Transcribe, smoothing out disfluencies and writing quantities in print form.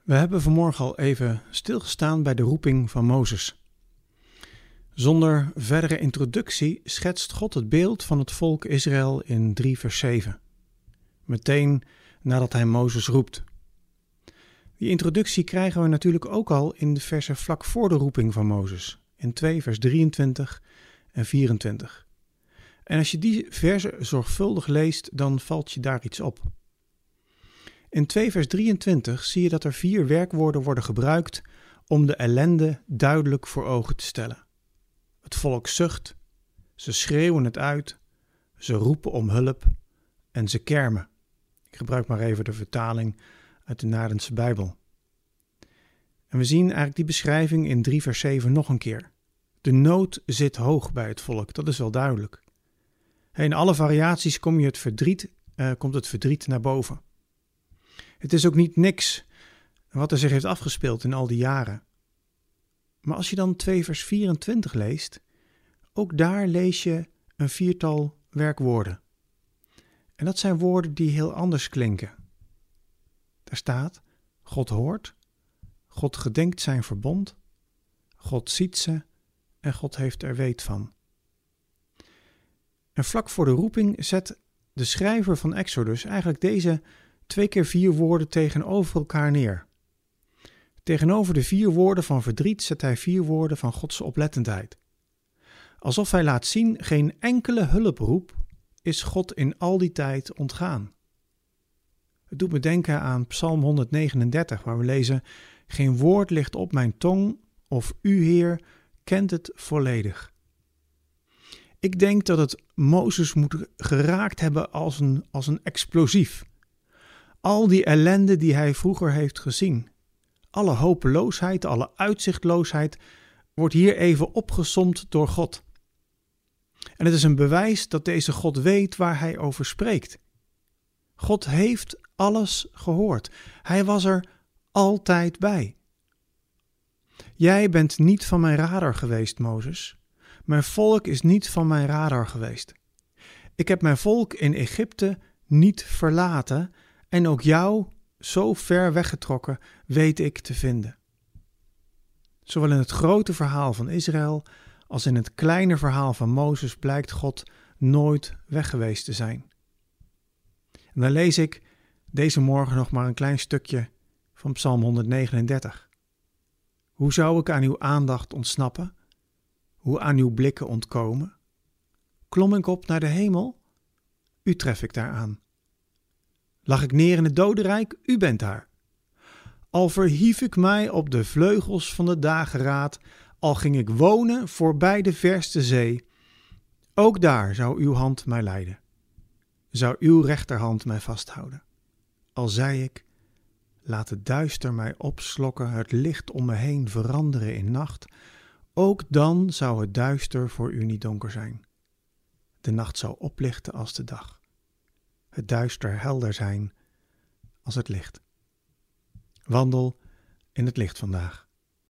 We hebben vanmorgen al even stilgestaan bij de roeping van Mozes. Zonder verdere introductie schetst God het beeld van het volk Israël in 3 vers 7. Meteen nadat hij Mozes roept. Die introductie krijgen we natuurlijk ook al in de versen vlak voor de roeping van Mozes, in 2 vers 23 en 24. En als je die versen zorgvuldig leest, dan valt je daar iets op. In 2 vers 23 zie je dat er 4 werkwoorden worden gebruikt om de ellende duidelijk voor ogen te stellen. Het volk zucht, ze schreeuwen het uit, ze roepen om hulp en ze kermen. Ik gebruik maar even de vertaling uit de Naardense Bijbel. En we zien eigenlijk die beschrijving in 3 vers 7 nog een keer. De nood zit hoog bij het volk, dat is wel duidelijk. In alle variaties komt het verdriet naar boven. Het is ook niet niks wat er zich heeft afgespeeld in al die jaren. Maar als je dan 2 vers 24 leest, ook daar lees je een 4-tal werkwoorden. En dat zijn woorden die heel anders klinken. Daar staat, God hoort, God gedenkt zijn verbond, God ziet ze en God heeft er weet van. En vlak voor de roeping zet de schrijver van Exodus eigenlijk deze 2 keer 4 woorden tegenover elkaar neer. Tegenover de 4 woorden van verdriet zet hij 4 woorden van Gods oplettendheid. Alsof hij laat zien, geen enkele hulproep is God in al die tijd ontgaan. Het doet me denken aan Psalm 139, waar we lezen, geen woord ligt op mijn tong, of u, Heer, kent het volledig. Ik denk dat het Mozes moet geraakt hebben als een explosief. Al die ellende die hij vroeger heeft gezien, alle hopeloosheid, alle uitzichtloosheid, wordt hier even opgesomd door God. En het is een bewijs dat deze God weet waar hij over spreekt. God heeft alles gehoord. Hij was er altijd bij. Jij bent niet van mijn radar geweest, Mozes. Mijn volk is niet van mijn radar geweest. Ik heb mijn volk in Egypte niet verlaten en ook jou, zo ver weggetrokken, weet ik te vinden. Zowel in het grote verhaal van Israël als in het kleine verhaal van Mozes blijkt God nooit weg geweest te zijn. En dan lees ik deze morgen nog maar een klein stukje van Psalm 139. Hoe zou ik aan uw aandacht ontsnappen? Hoe aan uw blikken ontkomen? Klom ik op naar de hemel? U tref ik daar aan. Lag ik neer in het dodenrijk? U bent daar. Al verhief ik mij op de vleugels van de dageraad, al ging ik wonen voorbij de verste zee, ook daar zou uw hand mij leiden. Zou uw rechterhand mij vasthouden. Al zei ik, laat het duister mij opslokken, het licht om me heen veranderen in nacht, ook dan zou het duister voor u niet donker zijn. De nacht zou oplichten als de dag. Het duister helder zijn als het licht. Wandel in het licht vandaag.